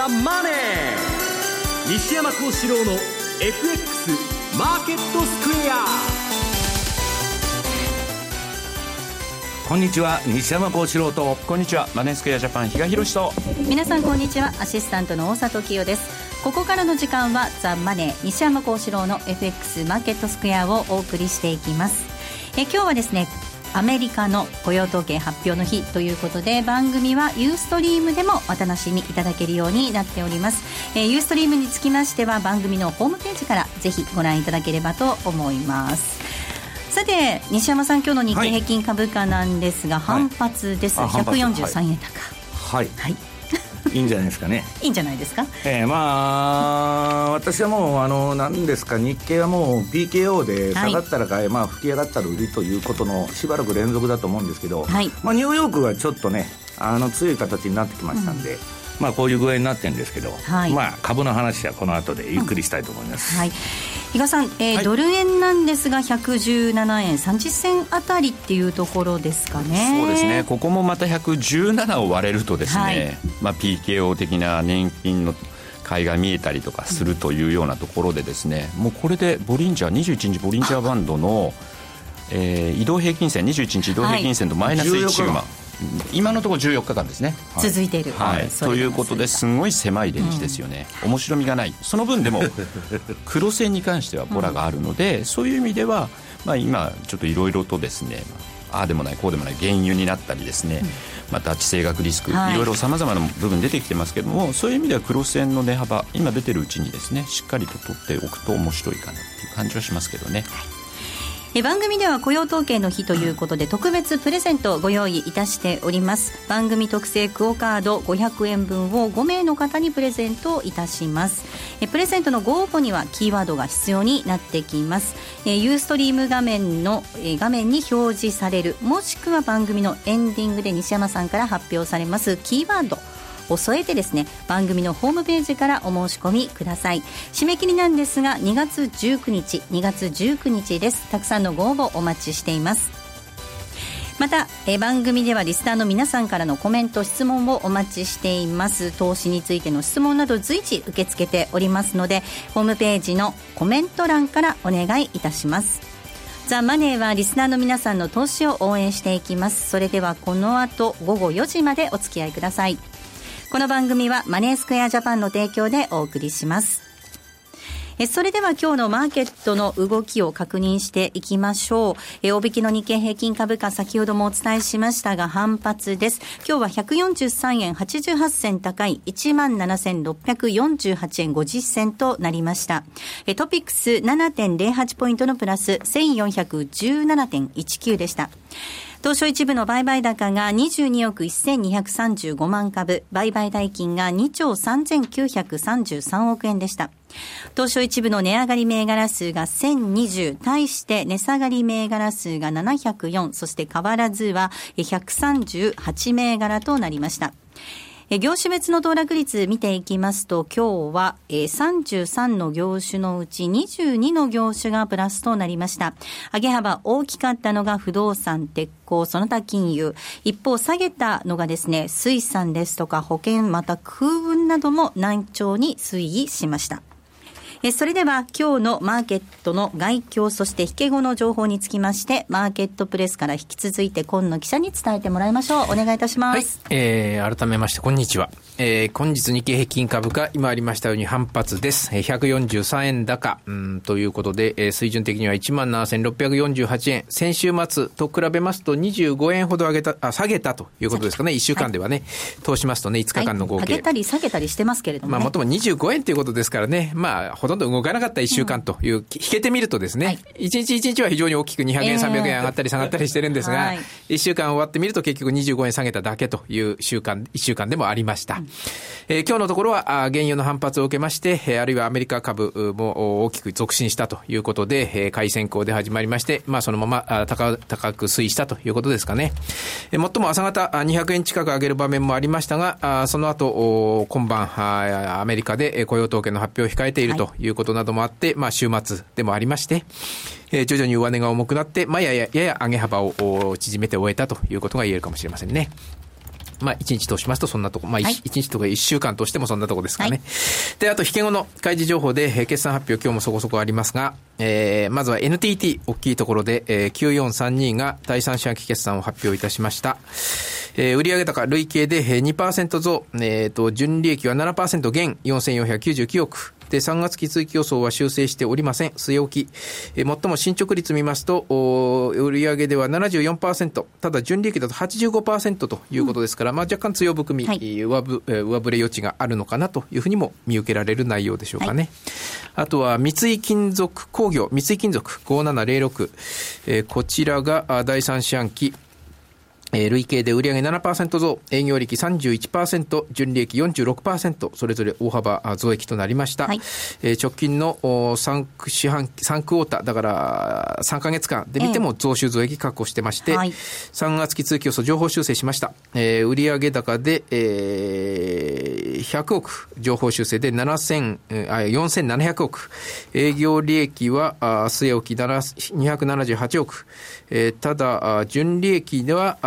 ザ・マネー。西山幸四郎の FX マーケットスクエア。 こんにちは、西山幸四郎と。 こんにちは、マネースクエアジャパン比嘉宏と。 皆さんこんにちは、アシスタントの大里清です。ここからの時間はザ・マネー西山幸四郎の FX マーケットスクエアをお送りしていきます。今日はですね、アメリカの雇用統計発表の日ということで、番組はユーストリームでもお楽しみいただけるようになっております。ユーストリームにつきましては番組のホームページからぜひご覧いただければと思います。さて西山さん、今日の日経平均株価なんですが、反発です。143円高。 はい、はいいいんじゃないですかね。 いいんじゃないですか。 私はもう何ですか、日経はもう PKO で下がったら買い、吹き上がったら売りということのしばらく連続だと思うんですけど、ニューヨークはちょっとね強い形になってきましたんで、こういう具合になってるんですけど、株の話はこの後でゆっくりしたいと思います。 比嘉さん、ドル円なんですが117円30銭あたりっていうところですかね。 そうですね、ここもまた117を割れるとですね、PKO 的な年金の買いが見えたりとかするというようなところでですね、もうこれでボリンジャー21日ボリンジャーバンドの、移動平均線21日移動平均線とマイナス1シグマ、今のところ14日間ですね、 続いている、 ということですごい狭いレンジですよね、面白みがない。その分でも黒線に関してはボラがあるので、そういう意味では、今ちょっといろいろとですね、ああでもないこうでもない原油になったりですね、また地政学リスク、いろいろさまざまな部分出てきてますけども、そういう意味では黒線の値幅今出てるうちにですね、しっかりと取っておくと面白いかなっていう感じはしますけどね。 番組では雇用統計の日ということで特別プレゼントをご用意いたしております。番組特製クオカード500円分を5名の方にプレゼントいたします。プレゼントのご応募にはキーワードが必要になってきます。ユーストリーム画面に表示される、もしくは番組のエンディングで西山さんから発表されますキーワードを添えてですね、番組のホームページからお申し込みください。締め切りなんですが2月19日です。たくさんのご応募お待ちしています。また番組ではリスナーの皆さんからのコメント質問をお待ちしています。投資についての質問など随時受け付けておりますので、ホームページのコメント欄からお願いいたします。ザ・マネーはリスナーの皆さんの投資を応援していきます。それではこの後午後4時までお付き合いください。この番組はマネースクエアジャパンの提供でお送りします。それでは今日のマーケットの動きを確認していきましょう。大引きの日経平均株価、先ほどもお伝えしましたが反発です。今日は143円88銭高い 17,648 円50銭となりました。トピックス 7.08 ポイントのプラス 1417.19 でした。東証一部の売買高が22億1235万株、売買代金が2兆3933億円でした。東証一部の値上がり銘柄数が1020、対して値下がり銘柄数が704、そして変わらずは138銘柄となりました。業種別の騰落率見ていきますと、今日は33の業種のうち22の業種がプラスとなりました。上げ幅大きかったのが不動産、鉄鋼、その他金融。一方下げたのがですね、水産ですとか保険、また空運なども軟調に推移しました。それでは今日のマーケットの概況、そして引け後の情報につきまして、マーケットプレスから引き続いて今野記者に伝えてもらいましょう。お願いいたします。 改めましてこんにちは。本日日経平均株価、今ありましたように反発です。143円高ということで、水準的には 17,648 円、先週末と比べますと25円ほど下げたということですかね。1週間ではね、通しますとね、5日間の合計、 上げたり下げたりしてますけれどもね、 もとも25円ということですからね、ほとんど動かなかった1週間という、引けてみるとですね、1日1日は非常に大きく200円300円上がったり下がったりしてるんですが、1週間終わってみると結局25円下げただけという1週間でもありました。今日のところは原油の反発を受けまして、あるいはアメリカ株も大きく続伸したということで、買い先行で始まりまして、そのまま高く推移したということですかね。最も朝方200円近く上げる場面もありましたが、その後今晩アメリカで雇用統計の発表を控えているということなどもあって、週末でもありまして、徐々に上値が重くなって、やや上げ幅を縮めて終えたということが言えるかもしれませんね。 1日としますとそんなとこ、1日とか1週間としてもそんなとこですかね。で、あと、引け後の開示情報で、決算発表、今日もそこそこありますが、まずは NTT、大きいところで、9432が第3四半期決算を発表いたしました。売上高累計で 2% 増、純利益は 7% 減、4499億。で、3月期通期予想は修正しておりません。据え置き。最も進捗率見ますと、売上では 74%、ただ純利益だと 85% ということですから、若干強含み、上振れ余地があるのかなというふうにも見受けられる内容でしょうかね。あとは、三井金属工業、三井金属5706、こちらが第3四半期、累計で売上 7% 増、営業利益 31%、純利益 46%、それぞれ大幅増益となりました。直近の3クォーター、だから3ヶ月間で見ても増収増益確保してまして、3月期通期予想上方修正しました。売上高で、100億、上方修正で4700億、営業利益は据え置き278億、ただ純利益では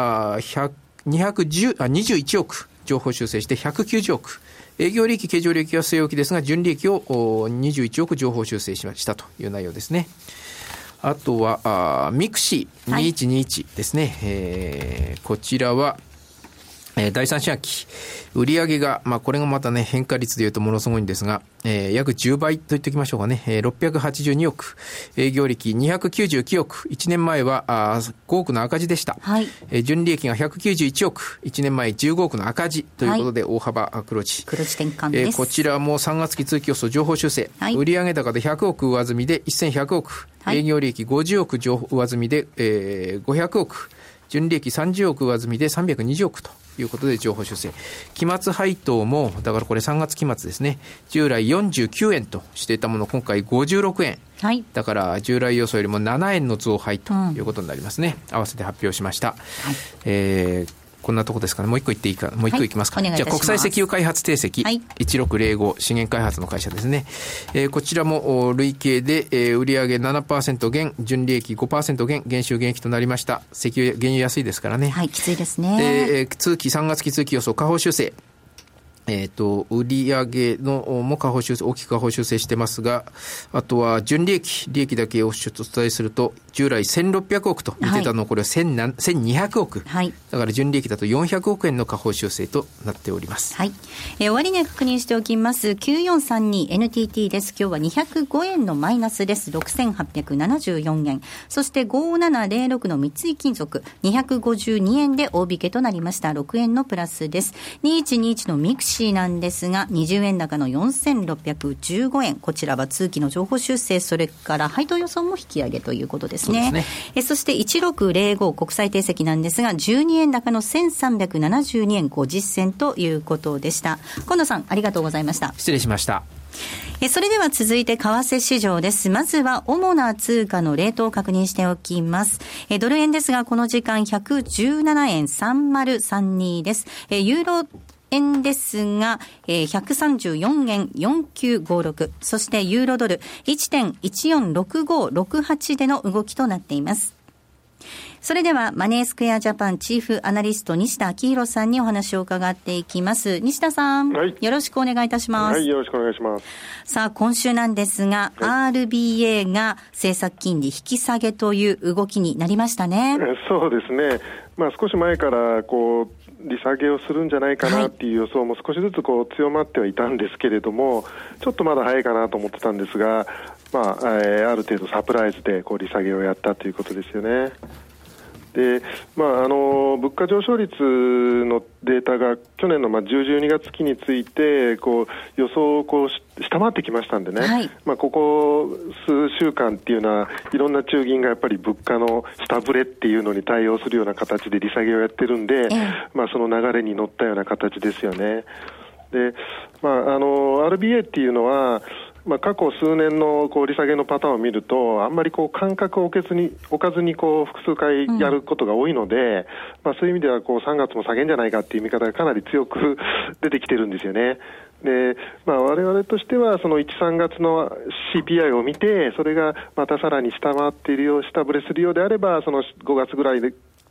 21億上方修正して190億、営業利益経常利益は据え置きですが純利益を21億上方修正しましたという内容ですね。あとはミクシー2121ですね、こちらは第3四半期売上が、これがまたね変化率でいうとものすごいんですが、約10倍と言っておきましょうかね、682億、営業利益299億、1年前は5億の赤字でした。純利益が191億、1年前15億の赤字ということで大幅黒字転換です。 こちらも3月期通期予想上方修正、売上高で100億上積みで1100億、営業利益50億上積みで、500億、純利益30億上積みで320億ということで上方修正。期末配当もだからこれ3月期末ですね、従来49円としていたもの今回56円、だから従来予想よりも7円の増配ということになりますね。合わせて発表しました。こんなとこですかね。もう一個言っていいか、もう一個いきますか。じゃあ国際石油開発定石、1605資源開発の会社ですね。こちらも累計で、売上 7% 減、純利益 5% 減、減収減益となりました。石油原油安いですからね。 きついですね。 通期3月期通期予想下方修正。売上のも下方修正、大きく下方修正してますが、あとは純利益だけをお伝えすると、従来1600億と見てたのをこれは1200億。だから純利益だと400億円の下方修正となっております。 終値確認しておきます。9432 NTT です。今日は205円のマイナスです。6874円。そして5706の三井金属252円で大引けとなりました。6円のプラスです。2121のミクシーなんですが20円高の4615円、こちらは通期の情報修正、それから配当予想も引き上げということですね。そして1605国際定石なんですが12円高の1372円50銭ということでした。近藤さんありがとうございました。 失礼しました。 それでは続いて為替市場です。まずは主な通貨のレートを確認しておきます。ドル円ですがこの時間117円3032です。ユーロ円ですが、134円4956、そしてユーロドル 1.146568 での動きとなっています。それではマネースクエアジャパンチーフアナリスト西田明宏さんにお話を伺っていきます。西田さん、よろしくお願いいたします。 よろしくお願いします。 さあ今週なんですが、RBA が政策金利引き下げという動きになりましたね。 そうですね。少し前から利下げをするんじゃないかなっていう予想も少しずつ強まってはいたんですけれども、ちょっとまだ早いかなと思ってたんですが、ある程度サプライズで利下げをやったということですよね。で、物価上昇率のデータが去年の10、12月期について予想を下回ってきましたんでね、ここ数週間っていうのはいろんな中銀がやっぱり物価の下振れっていうのに対応するような形で利下げをやってるんで、その流れに乗ったような形ですよね。で、RBA っていうのは過去数年の利下げのパターンを見るとあんまり間隔を置かずに複数回やることが多いので、そういう意味では3月も下げんじゃないかっていう見方がかなり強く出てきてるんですよね。で、我々としてはその1、3月の CPI を見てそれがまたさらに下振れするようであればその5月ぐらい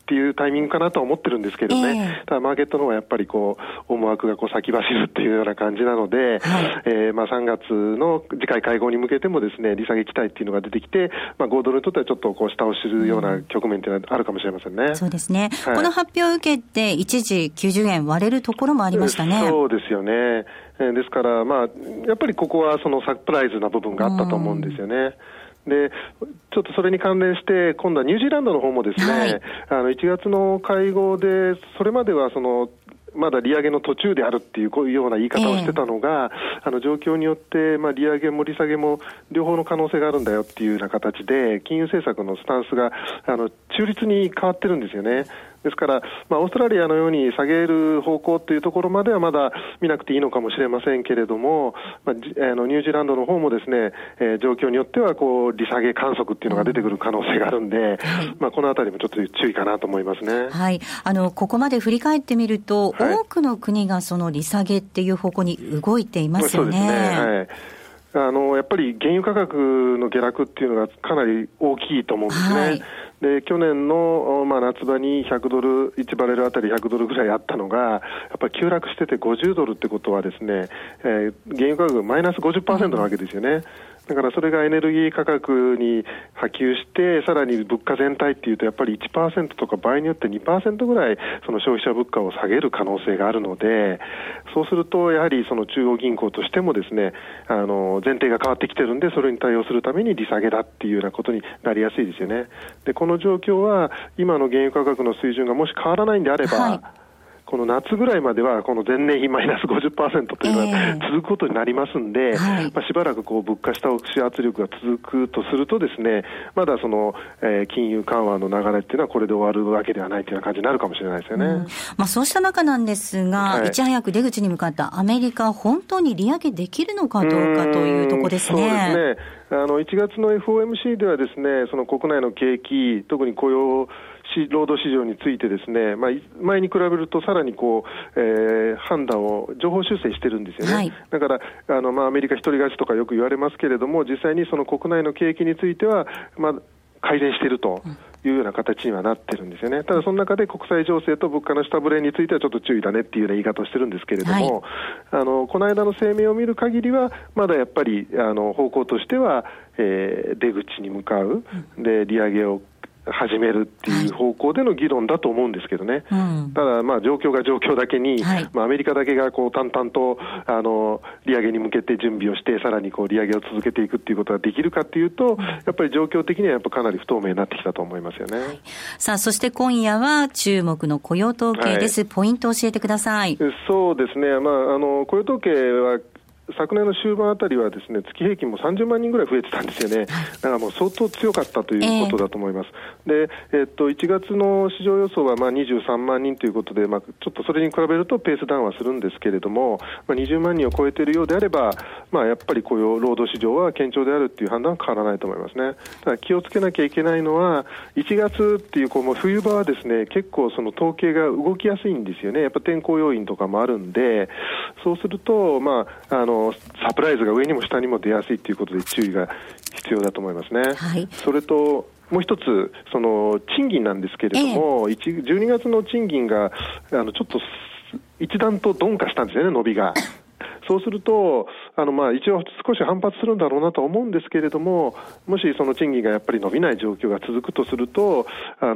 っていうタイミングかなとは思ってるんですけどね、ただマーケットの方はやっぱりこう思惑がこう先走るっていうような感じなので、3月の次回会合に向けてもですね利下げ期待っていうのが出てきて、5ドルにとってはちょっとこう下押しするような局面っていうのはあるかもしれませんね。 そうですね、この発表を受けて一時90円割れるところもありましたね。 そうですよね。ですから、やっぱりここはそのサプライズな部分があったと思うんですよね。でちょっとそれに関連して今度はニュージーランドの方もですね、1月の会合でそれまではそのまだ利上げの途中であるっていうこういうような言い方をしてたのが、状況によって、利上げも利下げも両方の可能性があるんだよっていうような形で金融政策のスタンスが中立に変わってるんですよね。ですから、オーストラリアのように下げる方向というところまではまだ見なくていいのかもしれませんけれども、ニュージーランドの方もですね、状況によってはこう利下げ観測っていうのが出てくる可能性があるんで、このあたりもちょっと注意かなと思いますね。 はい、ここまで振り返ってみると、多くの国がその利下げっていう方向に動いていますよね。 そうですね、やっぱり原油価格の下落っていうのがかなり大きいと思うんですね。で去年の、夏場に100ドル1バレルあたり100ドルぐらいあったのがやっぱり急落してて50ドルってことはですね、原油価格マイナス 50% なわけですよね。だからそれがエネルギー価格に波及してさらに物価全体っていうとやっぱり 1% とか場合によって 2% ぐらいその消費者物価を下げる可能性があるので、そうするとやはりその中央銀行としてもですね前提が変わってきてるんでそれに対応するために利下げだっていうようなことになりやすいですよね。でこの状況は今の原油価格の水準がもし変わらないんであれば、この夏ぐらいまではこの前年比マイナス 50% というのは続くことになりますんで、しばらくこう物価下押し圧力が続くとするとですね、まだその、金融緩和の流れっていうのはこれで終わるわけではないというような感じになるかもしれないですよね。 そうした中なんですが、いち早く出口に向かったアメリカ、本当に利上げできるのかどうかというところですね。 そうですね。1月の FOMC ではですね、その国内の景気、特に雇用労働市場についてですね、前に比べるとさらにこう、判断を情報修正してるんですよね。だからアメリカ一人勝ちとかよく言われますけれども、実際にその国内の景気については、改善しているというような形にはなってるんですよね。ただその中で国際情勢と物価の下振れについてはちょっと注意だねっていうような言い方をしてるんですけれども、この間の声明を見る限りはまだやっぱり方向としては、出口に向かうで利上げを始めるっていう方向での議論だと思うんですけどね。ただ状況が状況だけに、アメリカだけがこう淡々と利上げに向けて準備をしてさらにこう利上げを続けていくっていうことができるかっていうと、やっぱり状況的にはやっぱかなり不透明になってきたと思いますよね。 さあそして今夜は注目の雇用統計です。ポイントを教えてください。 そうですね、雇用統計は昨年の終盤あたりはですね、月平均も30万人ぐらい増えてたんですよね。だからもう相当強かったということだと思います。で、1月の市場予想は23万人ということで、ちょっとそれに比べるとペースダウンはするんですけれども、20万人を超えているようであれば、やっぱり雇用労働市場は堅調であるっていう判断は変わらないと思いますね。ただ気をつけなきゃいけないのは、1月っていうもう冬場はですね、結構その統計が動きやすいんですよね。やっぱ天候要因とかもあるんで、そうするとサプライズが上にも下にも出やすいということで注意が必要だと思いますね。それともう一つその賃金なんですけれども、12月の賃金がちょっと一段と鈍化したんですよね、伸びが。そうすると一応少し反発するんだろうなと思うんですけれども、もしその賃金がやっぱり伸びない状況が続くとすると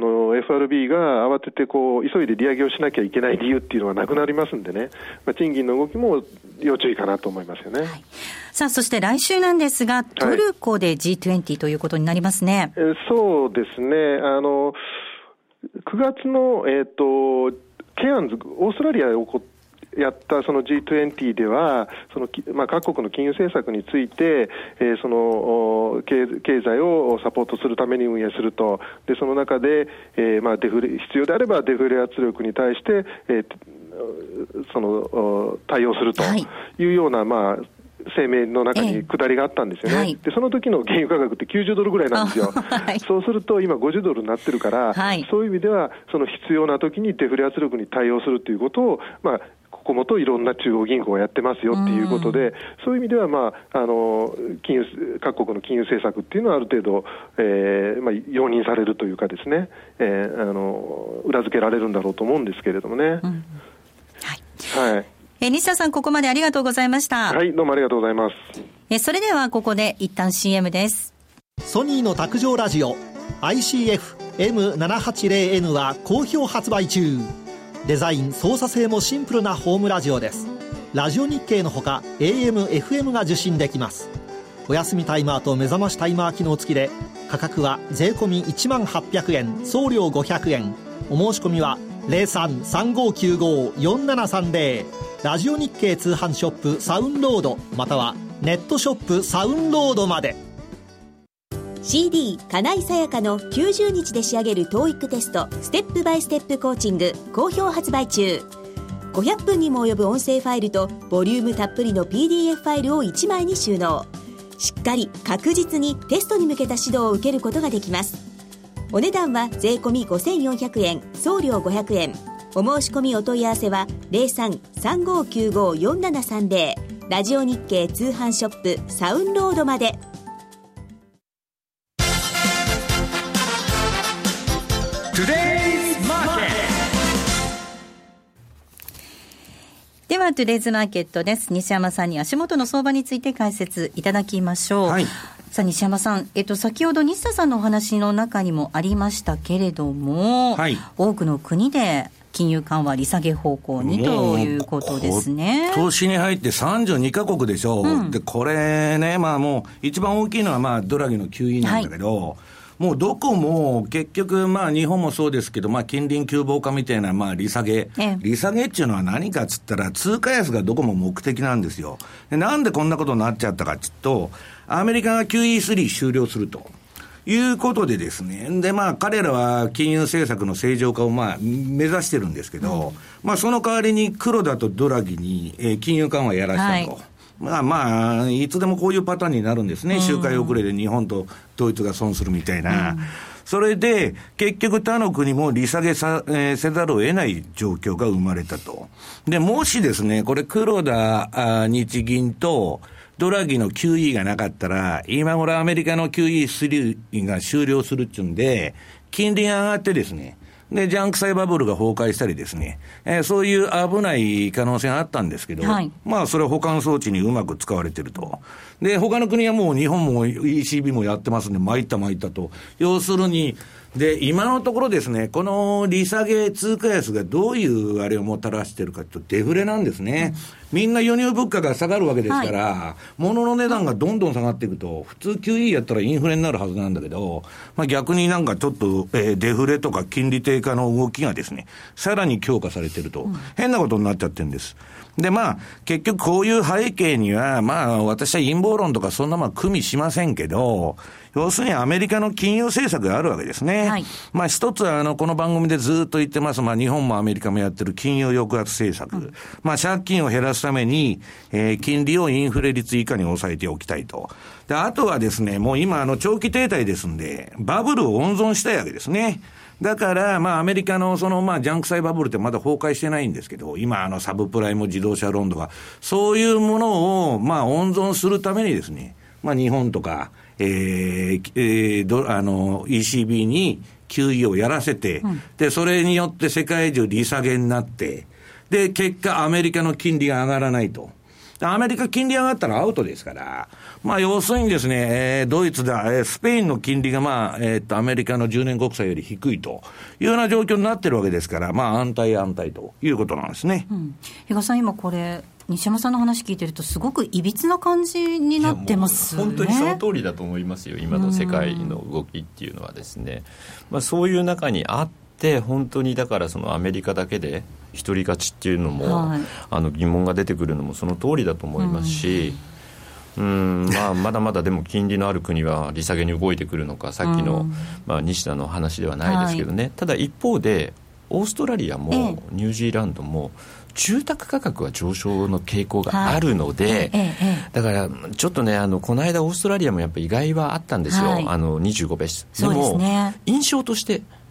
FRB が慌ててこう急いで利上げをしなきゃいけない理由っていうのはなくなりますんでね、賃金の動きも要注意かなと思いますよね。 さあそして来週なんですが、トルコで G20 ということになりますね。 そうですね、9月のケアンズオーストラリアで起こってやったその G20 ではその、各国の金融政策について、その経済をサポートするために運営すると。でその中で、必要であればデフレ圧力に対して、その対応するというような、声明の中に下りがあったんですよね。でその時の原油価格って90ドルぐらいなんですよ。そうすると今50ドルになってるから、そういう意味ではその必要な時にデフレ圧力に対応するということを、ここもといろんな中央銀行がやってますよっていうことで、そういう意味では、各国の金融政策っていうのはある程度、容認されるというかですね、裏付けられるんだろうと思うんですけれどもね。はい。 西田さん、ここまでありがとうございました。 はい、どうもありがとうございます。 それではここで一旦 CM です。 ソニーの卓上ラジオ ICF-M780N は好評発売中。デザイン操作性もシンプルなホームラジオです。ラジオ日経のほか AM、FM が受信できます。お休みタイマーと目覚ましタイマー機能付きで、価格は税込み1800円、送料500円。お申し込みは 03-3595-4730 ラジオ日経通販ショップサウンロード、またはネットショップサウンロードまで。 CD 金井さやかの90日で仕上げる TOEIC テストステップバイステップコーチング好評発売中。500分にも及ぶ音声ファイルとボリュームたっぷりの PDF ファイルを1枚に収納。しっかり確実にテストに向けた指導を受けることができます。お値段は税込み5400円、送料500円。お申し込みお問い合わせは 03-3595-4730 ラジオ日経通販ショップサウンロードまで。 ではトゥデイズマーケットです。西山さんに足元の相場について解説いただきましょう。はい、さあ西山さん、先ほど西田さんのお話の中にもありましたけれども、はい、多くの国で金融緩和利下げ方向にということですね。 今年に入って32カ国でしょう、でこれね、もう一番大きいのはドラギの QE なんだけど、もうどこも結局日本もそうですけど、近隣急防化みたいな利下げ、利下げっていうのは何かっつったら通貨安がどこも目的なんですよ。でなんでこんなことになっちゃったかっつうと、アメリカが QE3 終了するということでですね、で彼らは金融政策の正常化を目指してるんですけど、その代わりに黒田とドラギに、金融緩和やらせたと。いつでもこういうパターンになるんですね。周回遅れで日本とドイツが損するみたいな。それで、結局他の国も利下げせざるを得ない状況が生まれたと。で、もしですね、これ黒田日銀とドラギの QE がなかったら、今頃アメリカの QE3 が終了するっていうんで、金利が上がってですね、で、ジャンク債バブルが崩壊したりですね、そういう危ない可能性があったんですけど、それは保管装置にうまく使われてると。で、他の国はもう日本も ECB もやってますんで、参ったと。要するに、で、今のところですね、この利下げ通貨安がどういうあれをもたらしてるかというと、デフレなんですね。みんな輸入物価が下がるわけですから、物の値段がどんどん下がっていくと、普通 QE やったらインフレになるはずなんだけど、逆にちょっと、デフレとか金利低下の動きがですね、さらに強化されてると、変なことになっちゃってるんです。で、結局こういう背景には、私は陰謀論とかそんな組みしませんけど、要するにアメリカの金融政策があるわけですね。一つはこの番組でずっと言ってます、日本もアメリカもやってる金融抑圧政策。借金を減らすために、金利をインフレ率以下に抑えておきたいと。で、あとはですね、もう今長期停滞ですんで、バブルを温存したいわけですね。だから、アメリカのジャンク債バブルってまだ崩壊してないんですけど、今サブプライム自動車ローンとか、そういうものを、温存するためにですね、日本とか、ECB に QE をやらせて、で、それによって世界中利下げになって、で、結果アメリカの金利が上がらないと。アメリカ金利上がったらアウトですから、要するにですね、ドイツだ、スペインの金利がアメリカの10年国債より低いというような状況になってるわけですから、安泰ということなんですね。 比嘉さん、今これ、西山さんの話聞いてるとすごくいびつな感じになってますね。 本当にその通りだと思いますよ。今の世界の動きっていうのはですね、そういう中にあって本当にだからそのアメリカだけで一人勝ちっていうのも、疑問が出てくるのもその通りだと思いますし、まだまだでも金利のある国は利下げに動いてくるのか、さっきの、西田の話ではないですけどね、ただ一方でオーストラリアもニュージーランドも住宅価格は上昇の傾向があるので、だからちょっとね、この間オーストラリアもやっぱり意外はあったんですよ、25ベースでも、印象として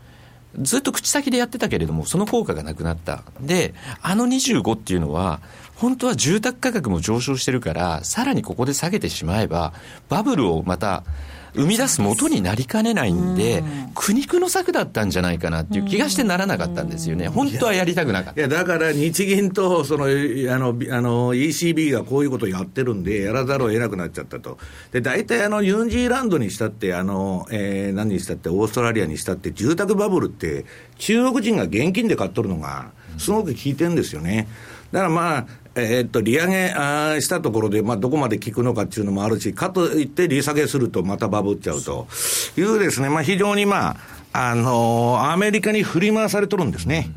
ずっと口先でやってたけれどもその効果がなくなった。で25っていうのは本当は住宅価格も上昇してるからさらにここで下げてしまえばバブルをまた生み出す元になりかねないんで、苦肉の策だったんじゃないかなっていう気がしてならなかったんですよね。本当はやりたくなかった。 いやだから日銀とそのECB がこういうことをやってるんでやらざるを得なくなっちゃったと。で大体ニュージーランドにしたって何にしたってオーストラリアにしたって住宅バブルって中国人が現金で買っとるのがすごく効いてるんですよね。だからまあ利上げしたところで、まあ、どこまで効くのかっていうのもあるし、かといって利下げするとまたバブっちゃうというですね、まあ、非常にまあアメリカに振り回されとるんですね。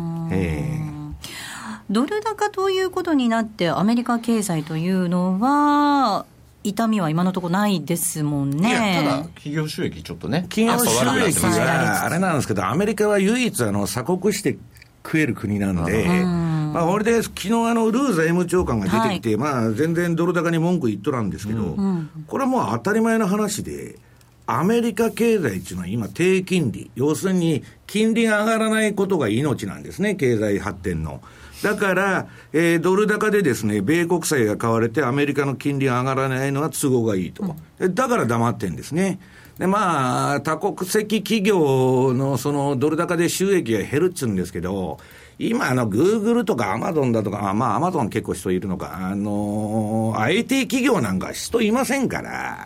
ドル高ということになってアメリカ経済というのは痛みは今のところないですもんね。 いやただ企業収益ちょっとね、 企業収益はあれなんですけど、アメリカは唯一鎖国して食える国なんで、まあ、これで昨日ルー財務長官が出てきて、まあ、全然ドル高に文句言っとらんですけど、これはもう当たり前の話で、アメリカ経済っていうのは今低金利、要するに金利が上がらないことが命なんですね、経済発展の。だから、ドル高でですね、米国債が買われてアメリカの金利が上がらないのは都合がいいと。だから黙ってんですね。でまあ、多国籍企業のそのドル高で収益が減るっつうんですけど、今グーグルとかアマゾンだとか、まあアマゾン結構人いるのか、IT 企業なんか人いませんから、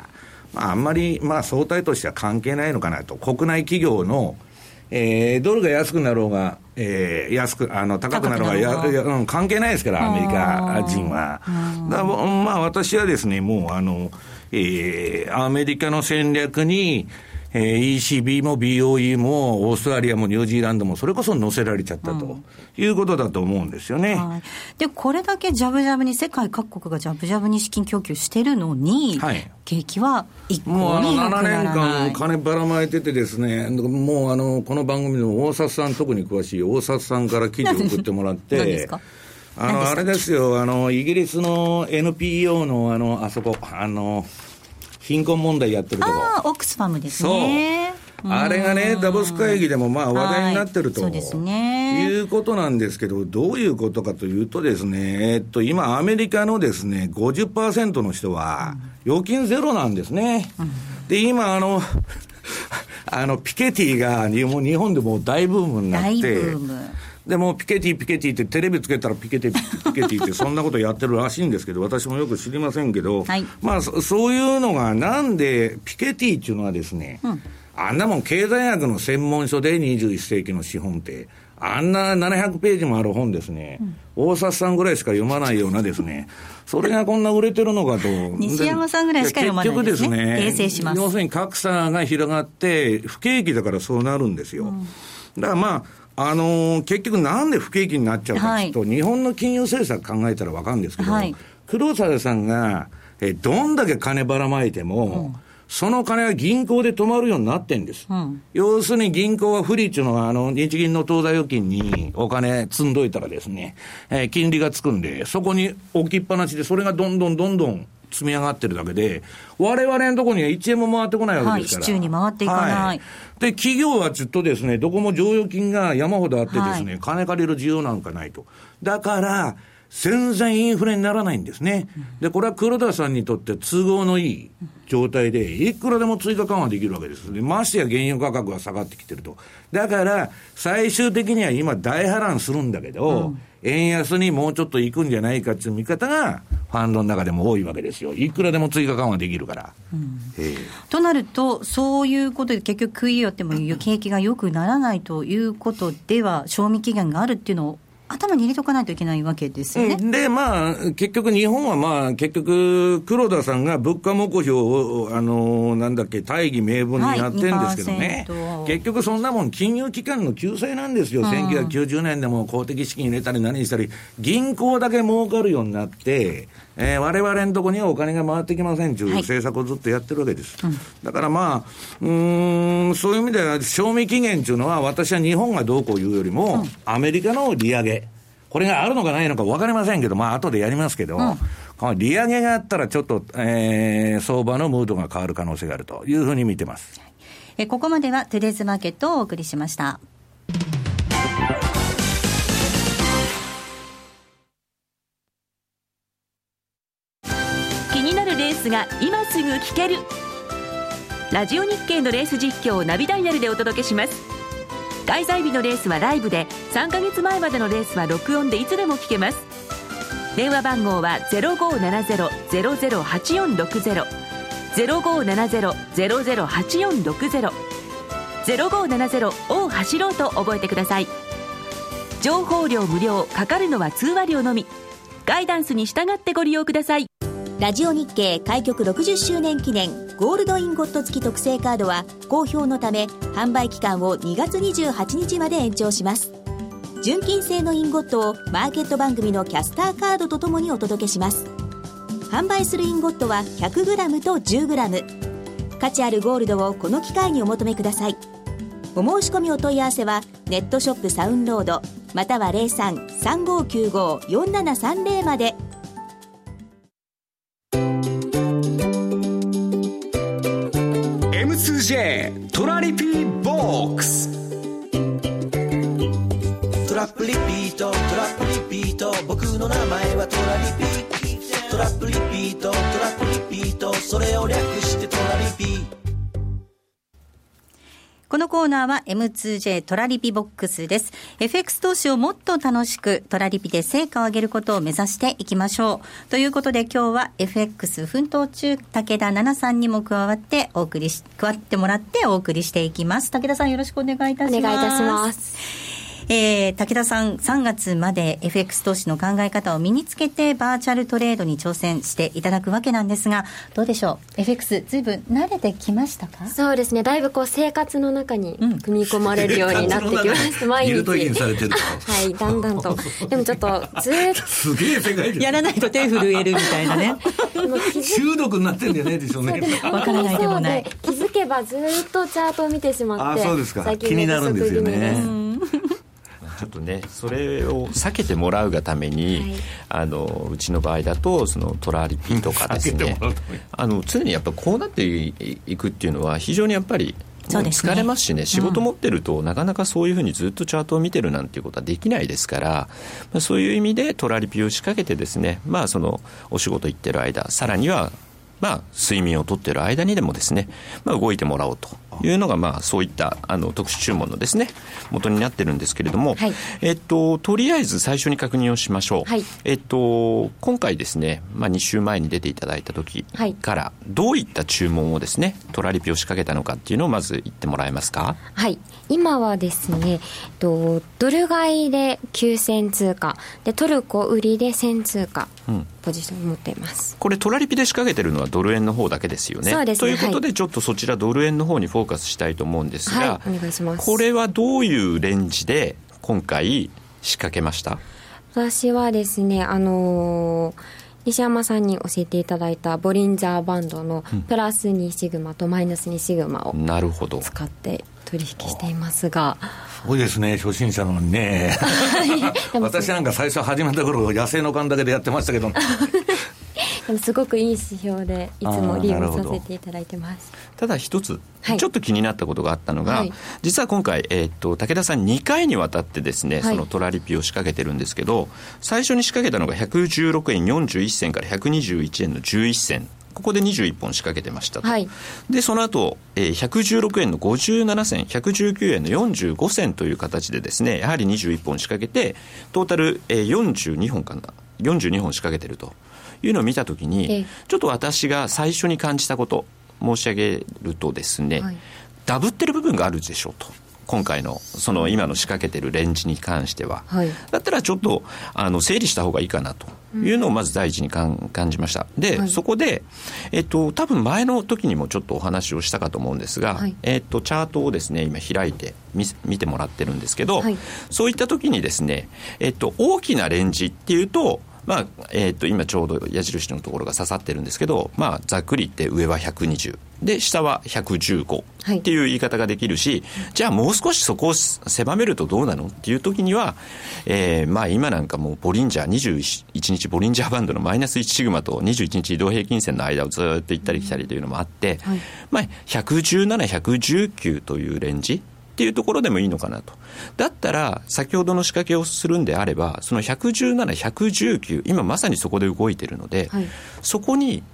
まああんまりまあ相対としては関係ないのかなと。国内企業の、ドルが安くなろうが、高くなろうが関係ないですからアメリカ人は。だからまあ私はですね、もうアメリカの戦略に、ECB も BOE もオーストラリアもニュージーランドもそれこそ乗せられちゃったということだと思うんですよね。 でこれだけジャブジャブに世界各国がジャブジャブに資金供給してるのに、景気は一向に良くならない。 もう7年間金ばらまいててですね、もうこの番組の大札さん、特に詳しい大札さんから記事を送ってもらって何ですか？ あれですよ、イギリスの NPO のあそこ貧困問題やってるとこ。 オックスファムですね。 そう。あれがね、ダボス会議でもまあ話題になってると、 そうですね、 いうことなんですけど、どういうことかというとですね、今アメリカのですね、50% の人は預金ゼロなんですね。で、今ピケティが日本でもう大ブームになって、大ブーム。でもピケティってテレビつけたらピケティってそんなことやってるらしいんですけど、私もよく知りませんけど、まあそういうのがなんでピケティっていうのはですね、あんなもん経済学の専門書で21世紀の資本ってあんな700ページもある本ですね、大札さんぐらいしか読まないようなですね、それがこんな売れてるのかと。 西山さんぐらいしか読まないですね。結局ですね、訂正します。 要するに格差が広がって不景気だからそうなるんですよ。だからまあ結局なんで不景気になっちゃうかというと、日本の金融政策考えたら分かるんですけど、黒沢さんがどんだけ金ばらまいても、その金は銀行で止まるようになってんです。要するに銀行は不利っていうのは日銀の当座預金にお金積んどいたらですね、金利がつくんで、そこに置きっぱなしでそれがどんどん積み上がってるだけで、我々のところには1円も回ってこないわけですから。 市中に回っていかない。 で、企業はずっとですね、どこも剰余金が山ほどあってですね、金借りる需要なんかないと。だから、全然インフレにならないんですね。で、これは黒田さんにとって都合のいい状態で、いくらでも追加緩和できるわけです。で、ましてや原油価格が下がってきてると。だから、最終的には今大波乱するんだけど、円安にもうちょっと行くんじゃないかっていう見方がファンドの中でも多いわけですよ。いくらでも追加緩和できるから。 となると、そういうことで結局食いよっても景気が良くならないということでは、賞味期限があるっていうのを頭に入れておかないといけないわけですよね。 で、まあ、結局日本はまあ、結局、黒田さんが物価目標を、大義名分にやってるんですけどね。結局そんなもん金融機関の救済なんですよ。1990年でも公的資金入れたり何したり、銀行だけ儲かるようになって、我々のところにはお金が回ってきませんという政策をずっとやってるわけです。だからまあ、そういう意味では、賞味期限というのは、私は日本がどうこう言うよりも、アメリカの利上げ。これがあるのかないのか分かりませんけど、まあ後でやりますけど、この利上げがあったらちょっと、相場のムードが変わる可能性があるというふうに見てます。 ここまではトゥデイズマーケットをお送りしました。 スが今すぐ聞ける。ラジオ日経のレース実況をナビダイヤルでお届けします。開催日のレースはライブで、3ヶ月前までのレースは録音でいつでも聞けます。電話番号は 0570-008460 0570-008460 0570を走ろうと覚えてください。情報料無料、かかるのは通話料のみ。ガイダンスに従ってご利用ください。 ラジオ日経開局60周年記念ゴールドインゴット付き特製カードは好評のため販売期間を2月28日まで延長します。純金製のインゴットをマーケット番組のキャスターカードとともにお届けします。販売するインゴットは 100g と 10g。 価値あるゴールドをこの機会にお求めください。お申し込みお問い合わせはネットショップサウンロードまたは 03-3595-4730 まで。 M2J トラリピーボックス。 トラップリピート、トラップリピート、僕の名前はトラリピ。トラップリピート、トラップリピート、それを略してトラリピ。 このコーナーは M2J トラリピボックスです。 FX 投資をもっと楽しくトラリピで成果を上げることを目指していきましょうということで、今日は FX 奮闘中武田奈々さんにも加わってもらってお送りしていきます。武田さん、よろしくお願いいたします。 お願いいたします。 武田さん、3月まで FX 投資の考え方を身につけてバーチャルトレードに挑戦していただくわけなんですが、どうでしょう、 FX ずいぶん慣れてきましたか？ そうですね、だいぶ生活の中に組み込まれるようになってきました。毎日ギルトインされてるとはい、だんだんと。でもちょっとずっとすげえ世界やらないと手震えるみたいなね中毒になってんじゃないでしょうね。 わからないでもない。 気づけばずっとチャートを見てしまって。 あ、そうですか。気になるんですよね。 ちょっとね、それを避けてもらうがために、はい、うちの場合だとそのトラリピとかですね常にやっぱこうなっていくっていうのは非常にやっぱり疲れますしね、仕事持ってるとなかなかそういうふうにずっとチャートを見てるなんていうことはできないですから、そういう意味でトラリピを仕掛けてですね、そのお仕事行ってる間、さらには睡眠をとっている間にでもですね、動いてもらおうというのがそういった特殊注文のですね元になってるんですけれども、はい、とりあえず最初に確認をしましょう。はい、今回ですね、2週前に出ていただいた時からどういった注文をですねトラリピを仕掛けたのかっていうのをまず言ってもらえますか？ はい、今はですね、ドル買いで9000通貨でトルコ売りで1000通貨、ポジションを持っています。 これトラリピで仕掛けてるのはドル円の方だけですよね。 そうですね。 ということで、ちょっとそちらドル円の方にフォーカスしたいと思うんですが、 はい、お願いします。 これはどういうレンジで今回仕掛けました？ 私はですね、西山さんに教えていただいたボリンジャーバンドのプラス2シグマとマイナス2シグマを使って取引していますが、 すごいですね、初心者なのにね私なんか最初始めた頃野生の勘だけでやってましたけどでもすごくいい指標でいつも利用させていただいてます。 ただ一つちょっと気になったことがあったのが、はい、実は今回、武田さん2回にわたってですね、そのトラリピを仕掛けてるんですけど、最初に仕掛けたのが116円41銭から121円の11銭、ここで21本仕掛けてましたと、はい、でその後、116円の57銭119円の45銭という形でですね、やはり21本仕掛けてトータル、42本かな42本仕掛けてるというのを見たときに、ちょっと私が最初に感じたこと申し上げるとですね、はい、ダブってる部分があるでしょうと、今回のその今の仕掛けてるレンジに関しては、はい、だったらちょっと整理した方がいいかなというのをまず第一に感じました。で、はい、そこで、多分前の時にもちょっとお話をしたかと思うんですが、はい、チャートをですね今開いて見てもらってるんですけど、はい、そういった時にですね、大きなレンジっていうと今ちょうど矢印のところが刺さってるんですけど、ざっくり言って上は120で下は115っていう言い方ができるし、じゃあもう少しそこを狭めるとどうなのっていう時には、今なんかもうボリンジャー21日ボリンジャーバンドのマイナス1シグマと21日移動平均線の間をずっと行ったり来たりというのもあって、117、119というレンジっていうところでもいいのかなと。だったら先ほどの仕掛けをするんであれば、その117、119今まさにそこで動いてるので、はい、そこに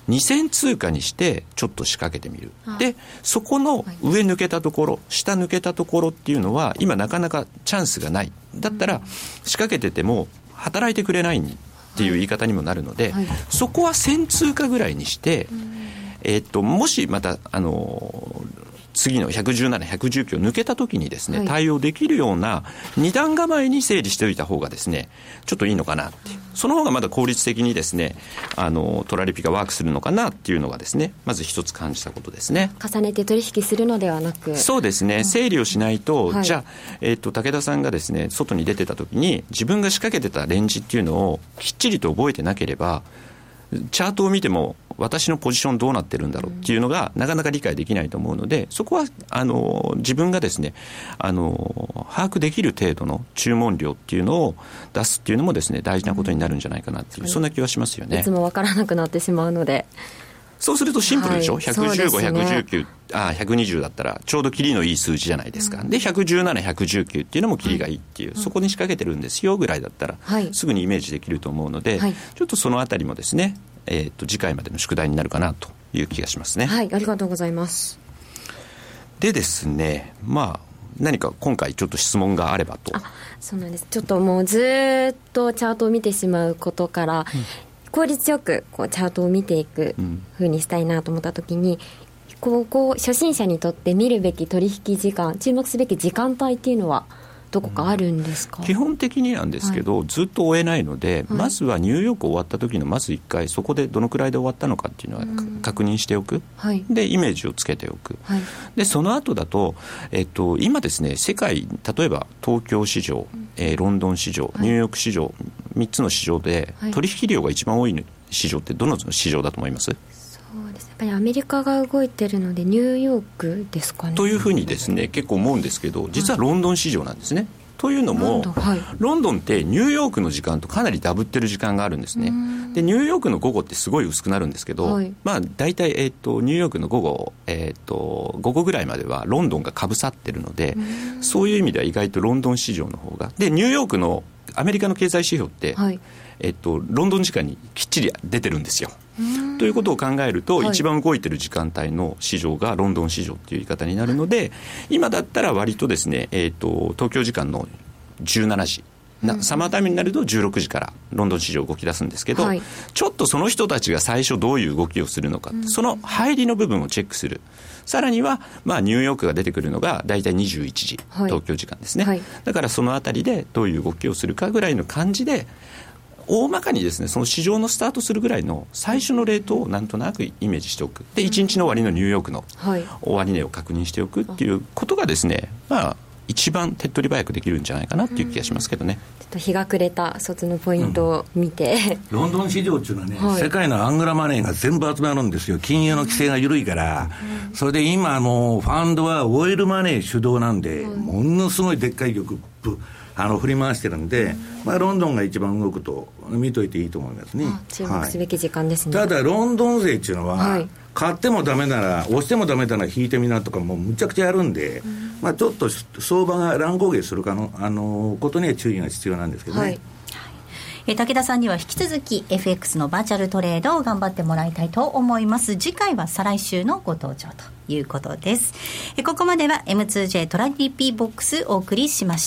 2000通貨にしてちょっと仕掛けてみる。でそこの上抜けたところ、下抜けたところっていうのは今なかなかチャンスがない。だったら仕掛けてても働いてくれないっていう言い方にもなるので、そこは1000通貨ぐらいにして、もしまた次の117、119を抜けたときにですね、対応できるような2段構えに整理しておいた方がですね、ちょっといいのかなっていう。その方がまだ効率的にですね、トラリピがワークするのかなっていうのがですね、まず一つ感じたことですね。 重ねて取引するのではなく、 そうですね、整理をしないと、じゃあ、武田さんがですね、外に出てたときに自分が仕掛けてたレンジっていうのをきっちりと覚えてなければ、チャートを見ても私のポジションどうなってるんだろうっていうのがなかなか理解できないと思うので、そこは自分がですね把握できる程度の注文量っていうのを出すっていうのもですね、大事なことになるんじゃないかなっていう、そんな気はしますよね。 いつも分からなくなってしまうので、 そうするとシンプルでしょ、115、119、120だったらちょうどキリのいい数字じゃないですか。で117、119っていうのもキリがいいっていう、そこに仕掛けてるんですよぐらいだったら、すぐにイメージできると思うので、ちょっとそのあたりもですね、次回までの宿題になるかなという気がしますね。 はい、ありがとうございます。 でですね、何か今回ちょっと質問があればと。 そうなんです。ちょっともうずっとチャートを見てしまうことから、効率よくチャートを見ていく風にしたいなと思ったときに、初心者にとって見るべき取引時間、注目すべき時間帯っていうのはどこかあるんですか？ 基本的になんですけど、ずっと追えないので、まずはニューヨーク終わった時のまず1回そこでどのくらいで終わったのかっていうのは確認しておく、でイメージをつけておく、でその後だと、今ですね、世界例えば東京市場、ロンドン市場、ニューヨーク市場、3つの市場で取引量が一番多い市場ってどの市場だと思います？ そうですね、やっぱりアメリカが動いてるのでニューヨークですかね。 というふうにですね、結構思うんですけど、実はロンドン市場なんですね。というのも、ロンドンってニューヨークの時間とかなりダブってる時間があるんですね。でニューヨークの午後ってすごい薄くなるんですけど、大体、ニューヨークの午後、午後ぐらいまではロンドンがかぶさってるので、そういう意味では意外とロンドン市場の方が、でニューヨークのアメリカの経済指標って、ロンドン時間にきっちり出てるんですよ。ということを考えると、一番動いてる時間帯の市場がロンドン市場っていう言い方になるので、今だったら割とですね、東京時間の17時サマータイムになると16時からロンドン市場動き出すんですけど、ちょっとその人たちが最初どういう動きをするのか、その入りの部分をチェックする。さらには、ニューヨークが出てくるのがだいたい21時、東京時間ですね、だからそのあたりでどういう動きをするかぐらいの感じで、大まかにですね、その市場のスタートするぐらいの最初のレートをなんとなくイメージしておく。で1日の終わりのニューヨークの終値を確認しておくっていうことがですね、一番手っ取り早くできるんじゃないかなっていう気がしますけどね。 ちょっと日が暮れた卒のポイントを見て、 ロンドン市場っていうのはね、世界のアングラマネーが全部集まるんですよ。金融の規制が緩いから、それで今ファンドはオイルマネー主導なんで、ものすごいでっかい玉振り回してるんで、ロンドンが一番動くと見といていいと思いますね。 注目すべき時間ですね。 ただロンドン税っていうのは、買ってもダメなら押してもダメなら引いてみなとかもうむちゃくちゃやるんで、ちょっと相場が乱高下することには注意が必要なんですけどね。 武田さんには引き続き FX のバーチャルトレードを頑張ってもらいたいと思います。次回は再来週のご登場ということです。ここまでは M2J トラリピボックスお送りしました。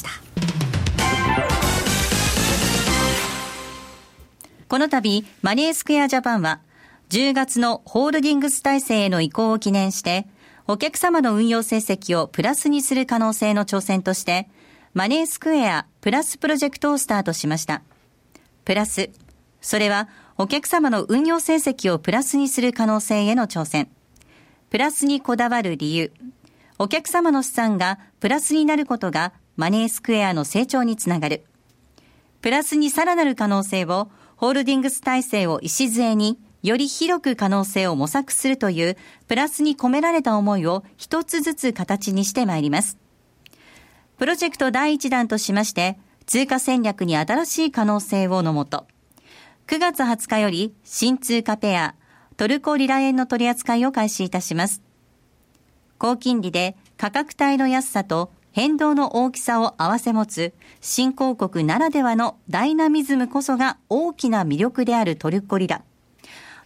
この度マネースクエアジャパンは10月のホールディングス体制への移行を記念して、お客様の運用成績をプラスにする可能性の挑戦として、マネースクエアプラスプロジェクトをスタートしました。プラス、それはお客様の運用成績をプラスにする可能性への挑戦。プラスにこだわる理由。お客様の資産がプラスになることがマネースクエアの成長につながる。プラスにさらなる可能性を、ホールディングス体制を礎に、より広く可能性を模索するというプラスに込められた思いを一つずつ形にしてまいります。プロジェクト第1弾としまして、通貨戦略に新しい可能性をのもと、9月20日より新通貨ペア、トルコリラ円の取り扱いを開始いたします。高金利で価格帯の安さと変動の大きさを併せ持つ新興国ならではのダイナミズムこそが大きな魅力であるトルコリラ。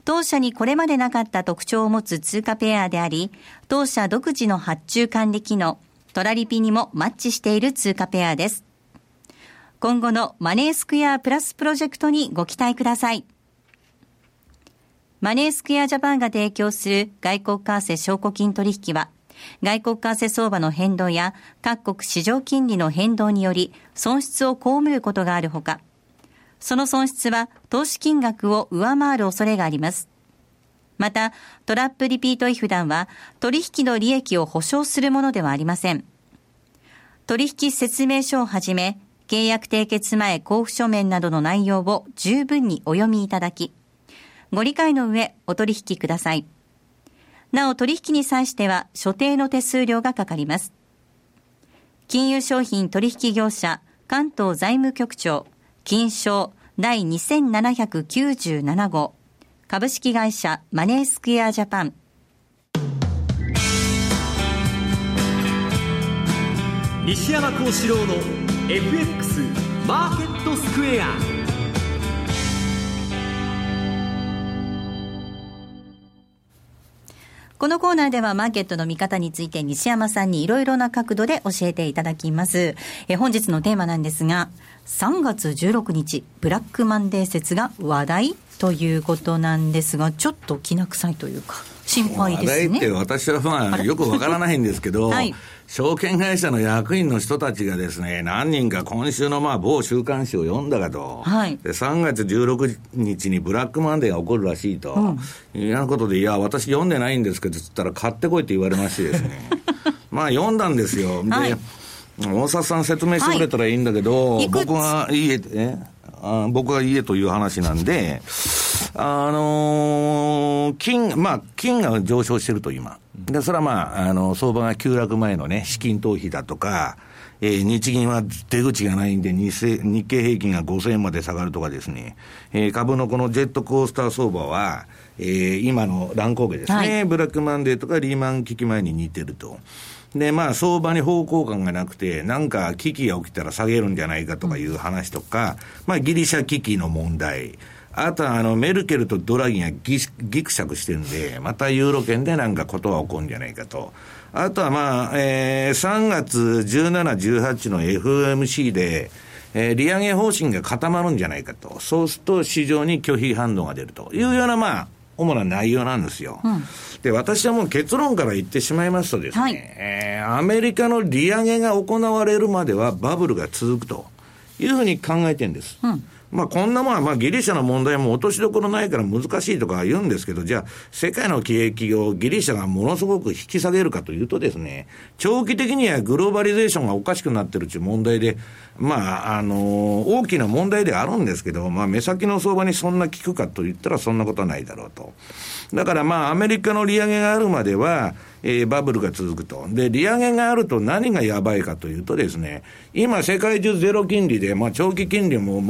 当社にこれまでなかった特徴を持つ通貨ペアであり、当社独自の発注管理機能、トラリピにもマッチしている通貨ペアです。今後のマネースクエアプラスプロジェクトにご期待ください。マネースクエアジャパンが提供する外国為替証拠金取引は、外国為替相場の変動や各国市場金利の変動により損失を被ることがあるほか、その損失は投資金額を上回る恐れがあります。また、トラップリピート違反断は取引の利益を保証するものではありません。取引説明書をはじめ、契約締結前交付書面などの内容を十分にお読みいただき、ご理解の上お取引ください。なお取引に際しては所定の手数料がかかります。金融商品取引業者関東財務局長金商第2797号株式会社マネースクエアジャパン。 西山幸四郎の FX マーケットスクエア。 このコーナーではマーケットの見方について西山さんにいろいろな角度で教えていただきます。本日のテーマなんですが、3月16日ブラックマンデー説が話題ということなんですが、ちょっときな臭いというか心配ですね。 話題って私はよくわからないんですけど、はい、証券会社の役員の人たちがですね、何人か今週の某週刊誌を読んだかと、はい、で3月16日にブラックマンデーが起こるらしいと、いうようなことで、いや私読んでないんですけどつったら買ってこいって言われましてですね読んだんですよ。で、はい、大沢さん説明してくれたらいいんだけど、はい、僕が家という話なんで、金が上昇してると今。で、それは相場が急落前のね、資金逃避だとか、日銀は出口がないんで日経平均が5000円まで下がるとかですね、株のこのジェットコースター相場は、今の乱高下ですね、はい、ブラックマンデーとかリーマン危機前に似てると。で、相場に方向感がなくて、なんか危機が起きたら下げるんじゃないかとかいう話とか、ギリシャ危機の問題、あとはメルケルとドラギがぎくしゃくしてるんで、またユーロ圏でなんかことが起こるんじゃないかと。あとは3月17、18の FOMC で、利上げ方針が固まるんじゃないかと。そうすると市場に拒否反応が出るというような主な内容なんですよ。で、私はもう結論から言ってしまいますとですね、はい、アメリカの利上げが行われるまではバブルが続くというふうに考えてるんです。こんなもんはギリシャの問題も落としどころないから難しいとか言うんですけど、じゃあ世界の企業をギリシャがものすごく引き下げるかというとですね、長期的にはグローバリゼーションがおかしくなってるという問題で、大きな問題であるんですけど、目先の相場にそんな効くかと言ったらそんなことはないだろうと。だからアメリカの利上げがあるまでは、バブルが続くと。で、利上げがあると何がやばいかというとですね、今世界中ゼロ金利で、長期金利も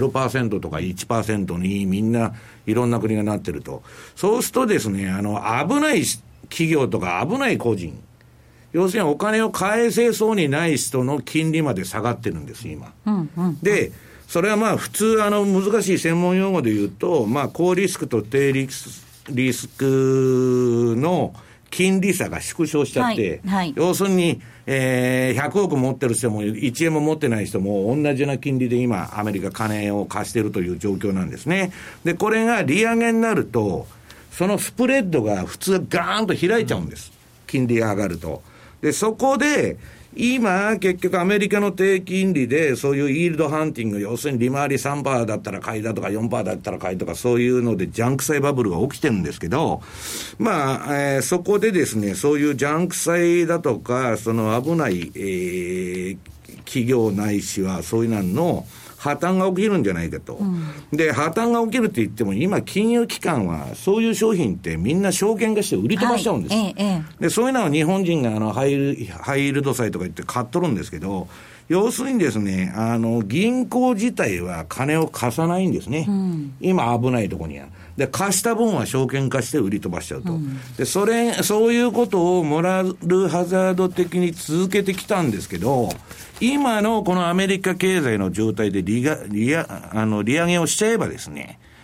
0% とか 1% にみんないろんな国がなってると。そうするとですね、危ない企業とか危ない個人、要するにお金を返せそうにない人の金利まで下がってるんです、今。で、それは普通難しい専門用語で言うと、高リスクと低リスクの金利差が縮小しちゃって、はいはい、要するに、100億持ってる人も1円も持ってない人も同じような金利で今アメリカ金を貸してるという状況なんですね。で、これが利上げになるとそのスプレッドが普通ガーンと開いちゃうんです、金利が上がると。で、そこで今結局アメリカの低金利でそういうイールドハンティング、要するに利回り 3% だったら買いだとか 4% だったら買いとかそういうのでジャンク債バブルが起きてるんですけど、そこでですね、そういうジャンク債だとかその危ない、企業ないしはそういうの破綻が起きるんじゃないかと、で、破綻が起きるって言っても今金融機関はそういう商品ってみんな証券化して売り飛ばしちゃうんです、で、そういうのは日本人がハイイールド債とか言って買っとるんですけど、要するにですね、銀行自体は金を貸さないんですね、今危ないとこには。で、貸した分は証券化して売り飛ばしちゃうと、で、そういうことをモラルハザード的に続けてきたんですけど、今のこのアメリカ経済の状態で利上げをしちゃえばですね、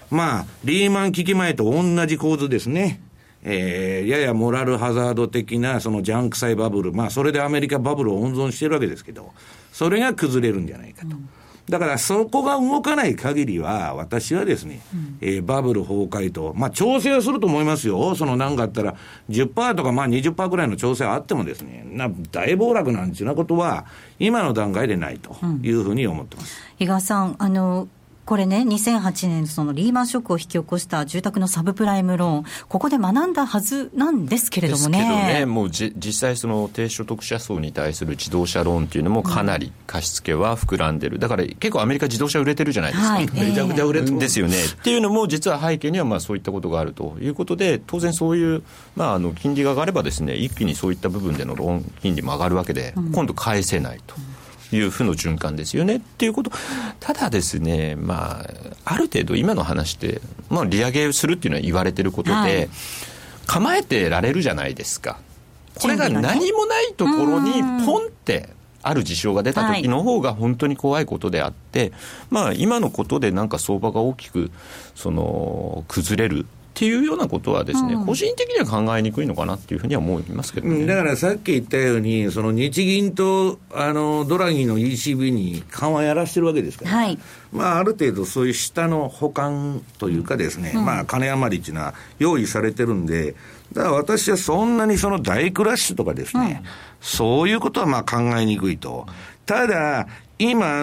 まあ、リーマン危機前と同じ構図ですね。ややモラルハザード的なそのジャンク債バブル、まあそれでアメリカバブルを温存してるわけですけど、それが崩れるんじゃないかと。だからそこが動かない限りは、私はですね、バブル崩壊と、まあ調整はすると思いますよ。そのなんかあったら 10% とかまあ 20% くらいの調整はあってもですね、大暴落なんていうようなことは今の段階でないというふうに思ってます。 比嘉さん、これね、2008年そのリーマンショックを引き起こした住宅のサブプライムローン、ここで学んだはずなんですけれどもね。 ですけどね、もう実際その低所得者層に対する自動車ローンっていうのもかなり貸付は膨らんでる。だから結構アメリカ自動車売れてるじゃないですか。はい、めちゃくちゃ売れてるですよね。っていうのも実は背景にはまあそういったことがあるということで、当然そういうまあ金利が上がればですね、一気にそういった部分でのローン金利も上がるわけで、今度返せないと。いう負の循環ですよねっていうこと。ただですね、まあある程度今の話ってまあ利上げするっていうのは言われてることで、はい、構えてられるじゃないですか。これが何もないところにポンってある事象が出た時の方が本当に怖いことであって、まあ今のことでなんか相場が大きくその崩れるっていうようなことはですね、個人的には考えにくいのかなっていうふうには思いますけどね。 だからさっき言ったように、その日銀とドラギの ECB に緩和やらしてるわけですから、はい、まあある程度そういう下の保管というかですね、まあ金余りっていうのは用意されてるんで、だから私はそんなにその大クラッシュとかですね、そういうことはまあ考えにくいと。ただ今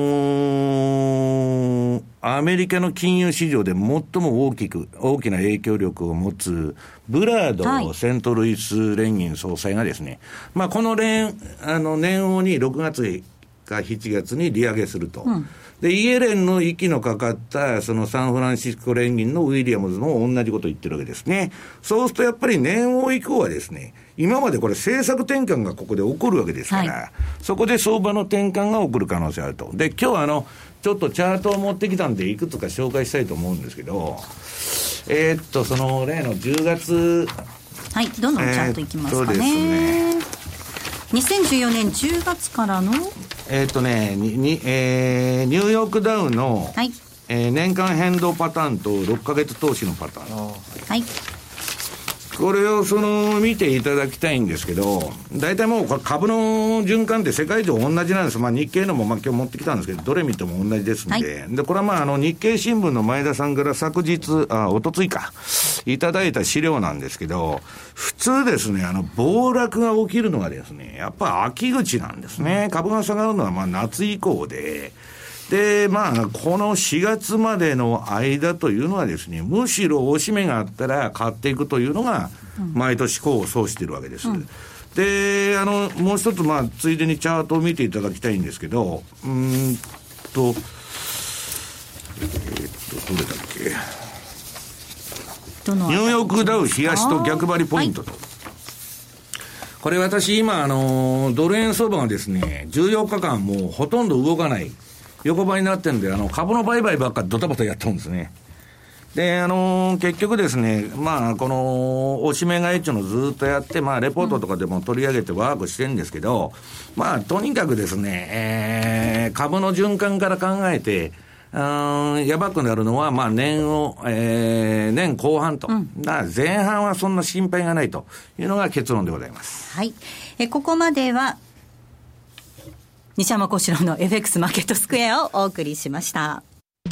アメリカの金融市場で最も大きな影響力を持つブラードセントルイス連銀総裁がですね、まあこの年をに6月か7月に利上げすると。で、イエレンの息のかかったそのサンフランシスコ連銀のウィリアムズも同じことを言ってるわけですね。そうするとやっぱり年王以降はですね、今までこれ政策転換がここで起こるわけですから、はい、そこで相場の転換が起こる可能性があると。で、今日ちょっとチャートを持ってきたんでいくつか紹介したいと思うんですけど、その例の10月、 はい、どのチャートいきますかね。そうですね。2014年10月からのニューヨークダウの、はい、年間変動パターンと6ヶ月投資のパターン、はい、これを見ていただきたいんですけど、大体もうこれ株の循環って世界上同じなんです。まあ日経のもまあ今日持ってきたんですけど、どれ見ても同じですんで、はい、でこれはまあ日経新聞の前田さんから昨日おとついかいただいた資料なんですけど、普通ですね、暴落が起きるのがですね、やっぱ秋口なんですね。株が下がるのはまあ夏以降で、まあ、この4月までの間というのはですね、むしろ押し目があったら買っていくというのが、毎年功を奏しているわけです。で、もう一つ、まあ、ついでにチャートを見ていただきたいんですけど、どれだっけ。ニューヨークダウ冷やしと逆張りポイントと。はい、これ私今、ドル円相場がですね、14日間もうほとんど動かない。横ばいになってるんで、株の売買ばっかりドタバタやったんですね。で、結局ですね、まあ、この、押し目買いっていうのをずっとやって、まあ、レポートとかでも取り上げてワークしてるんですけど、まあ、とにかくですね、株の循環から考えて、やばくなるのは、まあ、年後半と。だから前半はそんな心配がないというのが結論でございます。 はい。ここまでは、西山幸四郎の FX マーケットスクエアをお送りしました。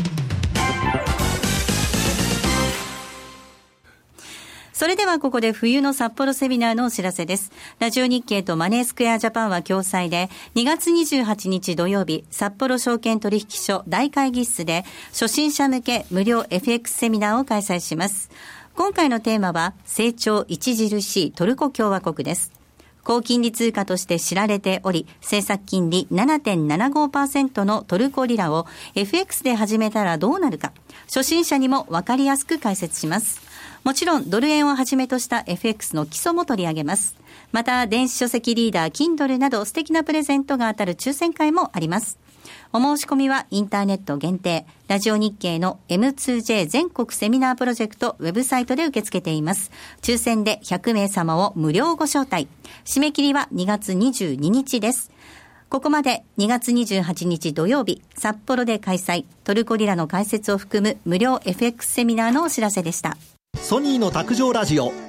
それではここで冬の札幌セミナーのお知らせです。ラジオ日経とマネースクエアジャパンは共催で、2月28日土曜日、札幌証券取引所大会議室で初心者向け無料 FX セミナーを開催します。今回のテーマは成長著しいトルコ共和国です。高金利通貨として知られており、政策金利 7.75% のトルコリラを FX で始めたらどうなるか、初心者にも分かりやすく解説します。もちろんドル円をはじめとした FX の基礎も取り上げます。また電子書籍リーダー Kindle など素敵なプレゼントが当たる抽選会もあります。お申し込みはインターネット限定、ラジオ日経の M2J 全国セミナープロジェクトウェブサイトで受け付けています。抽選で100名様を無料ご招待。締め切りは2月22日です。 ここまで2月28日土曜日、札幌で開催、トルコリラの解説を含む無料 FX セミナーのお知らせでした。 ソニーの卓上ラジオ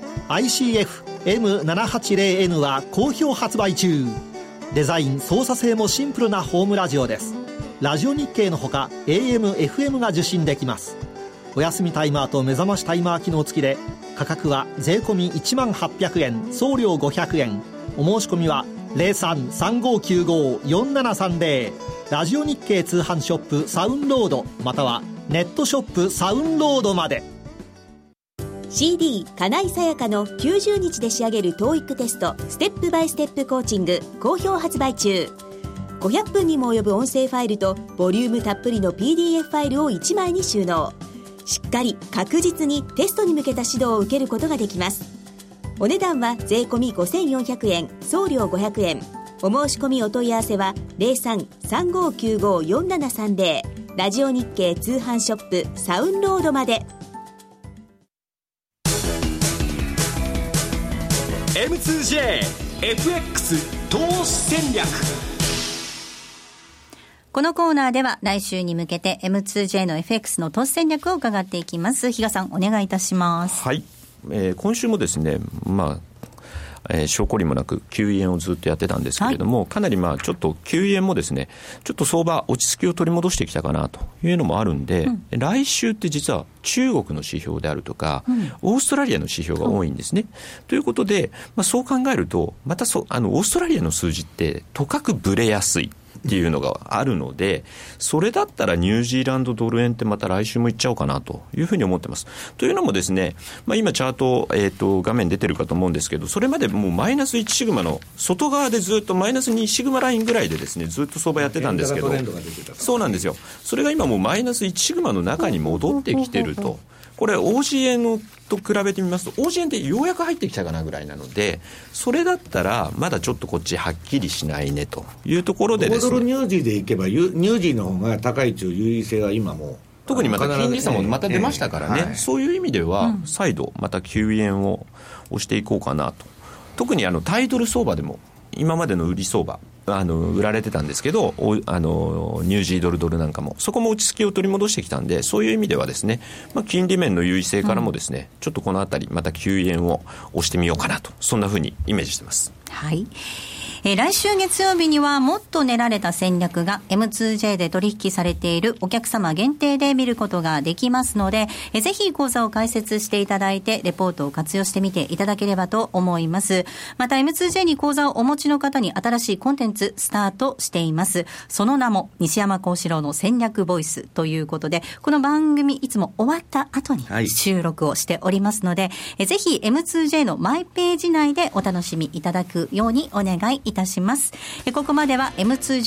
ICF-M780N は好評発売中。デザイン操作性もシンプルなホームラジオです。ラジオ日経のほか AM、FM が受信できます。お休みタイマーと目覚ましタイマー機能付きで、価格は税込み1800円、送料500円。お申し込みは03-3595-4730、ラジオ日経通販ショップサウンロード、またはネットショップサウンロードまで。 CD 金井さやかの90日で仕上げる TOEIC テストステップバイステップコーチング好評発売中。500分にも及ぶ音声ファイルとボリュームたっぷりの PDF ファイルを1枚に収納。しっかり確実にテストに向けた指導を受けることができます。お値段は税込み5400円、送料500円。お申し込みお問い合わせは 03-3595-4730、ラジオ日経通販ショップサウンロードまで。 M2J-FX 投資戦略。 このコーナーでは来週に向けて M2J の FX の投資戦略を伺っていきます。比嘉さん、お願いいたします。 はい、今週もですね、証拠りもなく9円をずっとやってたんですけれども、かなりちょっと9円もですね、ちょっと相場落ち着きを取り戻してきたかなというのもあるんで、来週って実は中国の指標であるとか、オーストラリアの指標が多いんですね。ということで、そう考えるとまたオーストラリアの数字ってとかくブレやすいっていうのがあるので、それだったらニュージーランドドル円ってまた来週もいっちゃおうかなというふうに思ってます。というのもですね、今チャート、画面出てるかと思うんですけど、それまでもうマイナス1シグマの外側でずっとマイナス2シグマラインぐらいでですね、ずっと相場やってたんですけど、そうなんですよ。それが今もうマイナス1シグマの中に戻ってきてると。これ OG 円と比べてみますと OG 円ってようやく入ってきたかなぐらいなので、それだったらまだちょっとこっちはっきりしないねというところでですね、 5ドルニュージーでいけばニュージーの方が高い中優位性が今も特にまた金利差もまた出ましたからね、そういう意味では再度また9円を押していこうかなと。特にタイドル相場でも今までの売り相場売られてたんですけど、ニュージードルドルなんかもそこも落ち着きを取り戻してきたんで、そういう意味ではですね、金利面の優位性からもですね、ちょっとこのあたりまた9円を押してみようかなと、そんな風にイメージしてます。 はい。来週月曜日にはもっと練られた戦略が M2J で取引されているお客様限定で見ることができますので、ぜひ講座を開設していただいてレポートを活用してみていただければと思います。また M2J に講座をお持ちの方に新しいコンテンツスタートしています。その名も西山幸四郎の戦略ボイスということで、この番組いつも終わった後に収録をしておりますので、ぜひ M2J のマイページ内でお楽しみいただくようにお願いいたします。ここまでは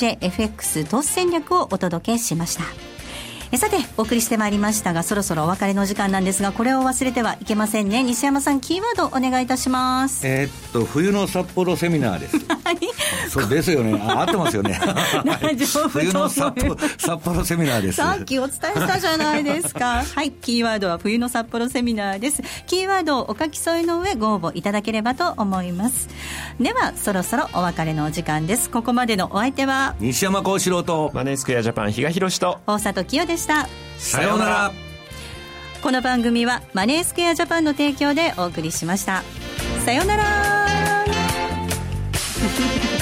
M2JFX 投資戦略をお届けしました。さてお送りしてまいりましたが、そろそろお別れの時間なんですが、これを忘れてはいけませんね。西山さん、キーワードお願いいたします。 冬の札幌セミナーです。はい、そうですよね。合ってますよね。 大丈夫。 冬の札幌セミナーです。 さっきお伝えしたじゃないですか。はい、キーワードは冬の札幌セミナーです。キーワードをお書き添えの上ご応募いただければと思います。ではそろそろお別れのお時間です。ここまでのお相手は西山幸四郎とマネースクエアジャパン比嘉宏と大里清でした。 さようなら。 この番組はマネースクエアジャパンの提供でお送りしました。さようなら。